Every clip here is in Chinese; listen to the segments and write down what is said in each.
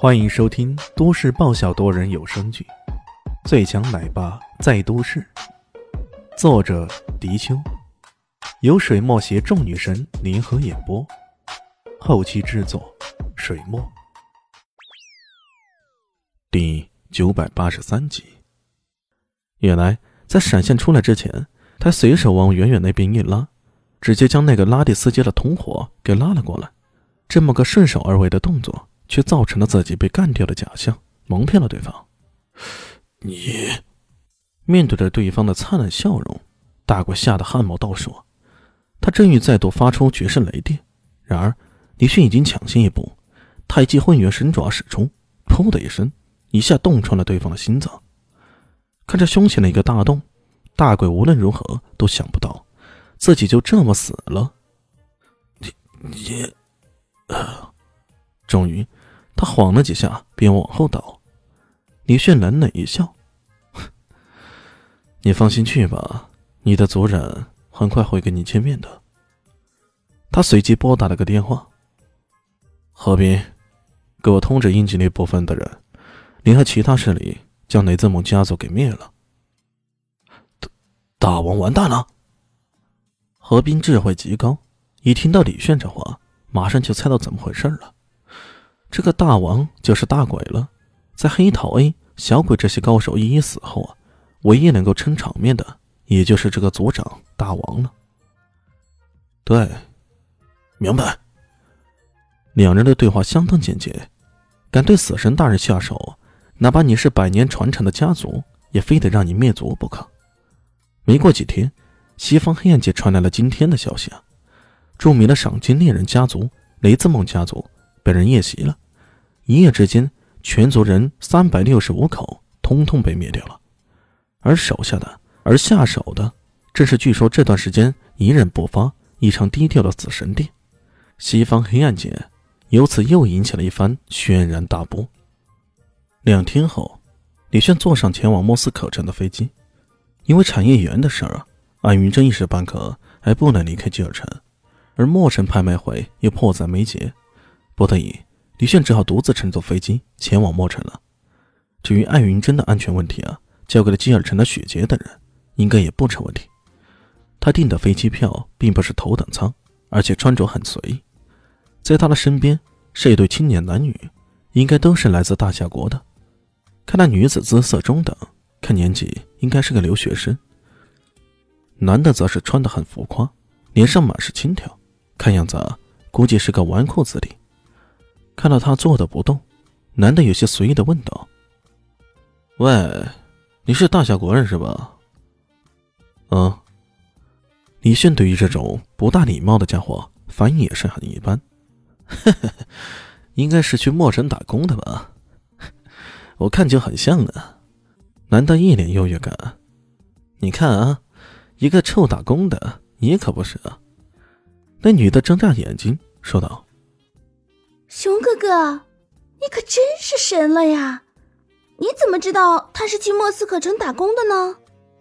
欢迎收听都市爆笑多人有声剧《最强奶爸在都市》，作者：迪秋，由水墨携众女神联合演播，后期制作：水墨。第983集。原来在闪现出来之前，他随手往远远那边一拉，直接将那个拉蒂斯街的同伙给拉了过来。这么个顺手而为的动作，却造成了自己被干掉的假象，蒙骗了对方。你面对着对方的灿烂笑容，大鬼吓得汗毛倒竖。他正欲再度发出绝世雷电，然而李迅已经抢先一步，太极混元神爪使出，噗的一声，一下洞穿了对方的心脏。看着胸前的一个大洞，大鬼无论如何都想不到自己就这么死了。终于他晃了几下便往后倒。李迅冷冷一笑，你放心去吧，你的族人很快会跟你见面的。他随即拨打了个电话，何斌，给我通知英吉利部分的人，联合其他势力将雷兹蒙家族给灭了。大王完蛋了。何斌智慧极高，一听到李迅这话，马上就猜到怎么回事了。这个大王就是大鬼了，在黑桃 A 小鬼这些高手一一死后啊，唯一能够撑场面的也就是这个族长大王了。对，明白。两人的对话相当简洁，敢对死神大人下手，哪怕你是100年传承的家族，也非得让你灭族不可。没过几天，西方黑暗界传来了惊天的消息啊，著名的赏金猎人家族雷兹蒙家族被人夜袭了，一夜之间全族人365口通通被灭掉了，而下手的正是据说这段时间一人不发异常低调的死神殿。西方黑暗界由此又引起了一番轩然大波。2天后，李炫坐上前往莫斯科城的飞机，因为产业园的事啊，安云真一时半刻还不能离开吉尔城，而墨城拍卖会又迫在眉睫，不得已李炫只好独自乘坐飞机前往墨城了。至于艾云珍的安全问题啊，交给了基尔城的许杰等人，应该也不成问题。他订的飞机票并不是头等舱，而且穿着很随意。在他的身边是一对青年男女，应该都是来自大夏国的。看那女子姿色中等，看年纪应该是个留学生。男的则是穿得很浮夸，脸上满是轻佻，看样子啊，估计是个纨绔子弟。看到他坐得不动，男的有些随意地问道：喂，你是大夏国人是吧？李迅对于这种不大礼貌的家伙反应也是很一般。应该是去墨城打工的吧？我看就很像呢。男的一脸优越感。你看啊，一个臭打工的也可不是啊。那女的睁大眼睛说道： 熊哥哥，你可真是神了呀！你怎么知道他是去莫斯科城打工的呢？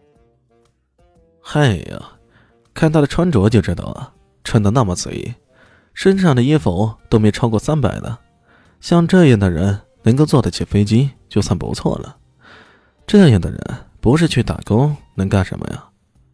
嗨呀，看他的穿着就知道啊，穿得那么随意，身上的衣服都没超过300呢。像这样的人能够坐得起飞机就算不错了。这样的人不是去打工能干什么呀？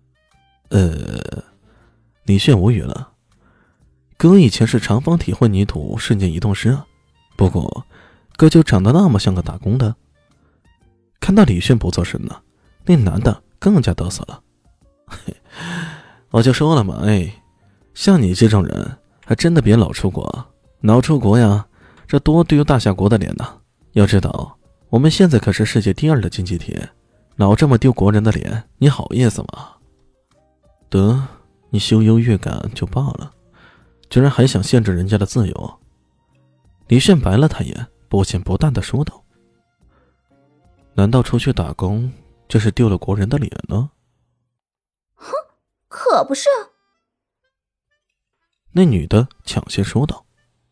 李炫无语了。哥以前是长方体混凝土瞬间移动师啊，不过哥就长得那么像个打工的。看到李炫不做声呢，那男的更加嘚瑟了。我就说了嘛，像你这种人还真的别老出国，老出国呀，这多丢大夏国的脸呐。要知道我们现在可是世界第2的经济体，老这么丢国人的脸，你好意思吗？得，你修优越感就罢了，居然还想限制人家的自由。李炫白了他眼，不咸不淡地说道：难道出去打工就是丢了国人的脸呢？ 哼，可不是。 那女的抢先说道：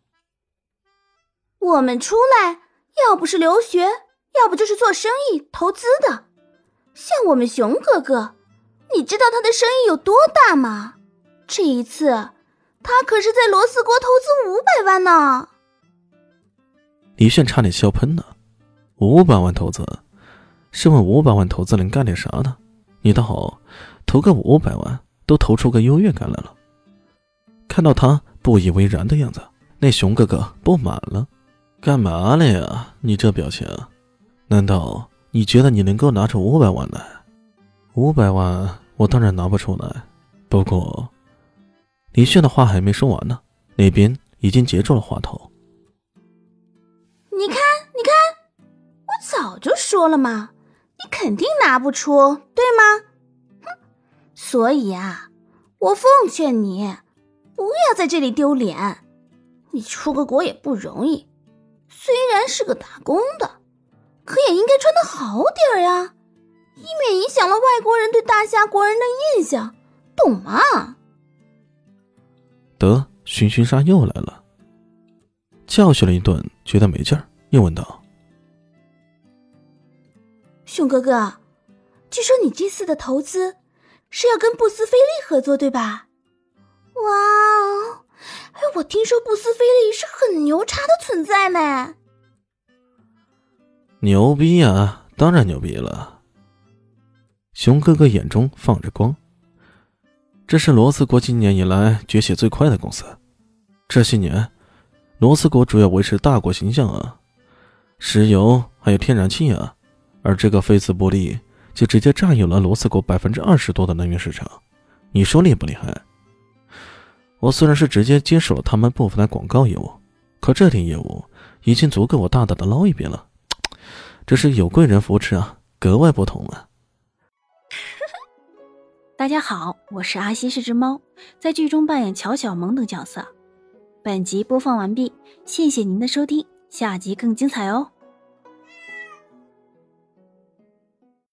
我们出来要不是留学，要不就是做生意投资的。像我们熊哥哥，你知道他的生意有多大吗？这一次他可是在罗斯国投资500万呢。 李炫差点笑喷了。500万投资，试问500万投资能干点啥呢？你倒好，投个500万都投出个优越感来了。看到他不以为然的样子，那熊哥哥不满了。干嘛了呀？你这表情，难道你觉得你能够拿出500万来？500万我当然拿不出来，不过李炫的话还没说完呢，那边已经截住了话头。 你看，我早就说了嘛，你肯定拿不出，对吗？哼，所以啊，我奉劝你不要在这里丢脸。你出个国也不容易，虽然是个打工的，可也应该穿得好点呀，以免影响了外国人对大夏国人的印象，懂吗？ 得，熏熏纱又来了，教训了一顿，觉得没劲儿，又问道： 熊哥哥，据说你这次的投资是要跟布斯菲利合作，对吧？哇哦，我听说布斯菲利是很牛叉的存在呢。 牛逼啊，当然牛逼了。熊哥哥眼中放着光，这是罗斯国今年以来崛起最快的公司。这些年，罗斯国主要维持大国形象啊，石油还有天然气啊，而这个菲兹波利就直接占有了罗斯国20%多的能源市场。你说厉不厉害？我虽然是直接接手了他们部分的广告业务，可这点业务已经足够我大大的捞一笔了。这是有贵人扶持啊，格外不同啊。 大家好，我是阿西是只猫，在剧中扮演乔小萌等角色。本集播放完毕，谢谢您的收听，下集更精彩哦。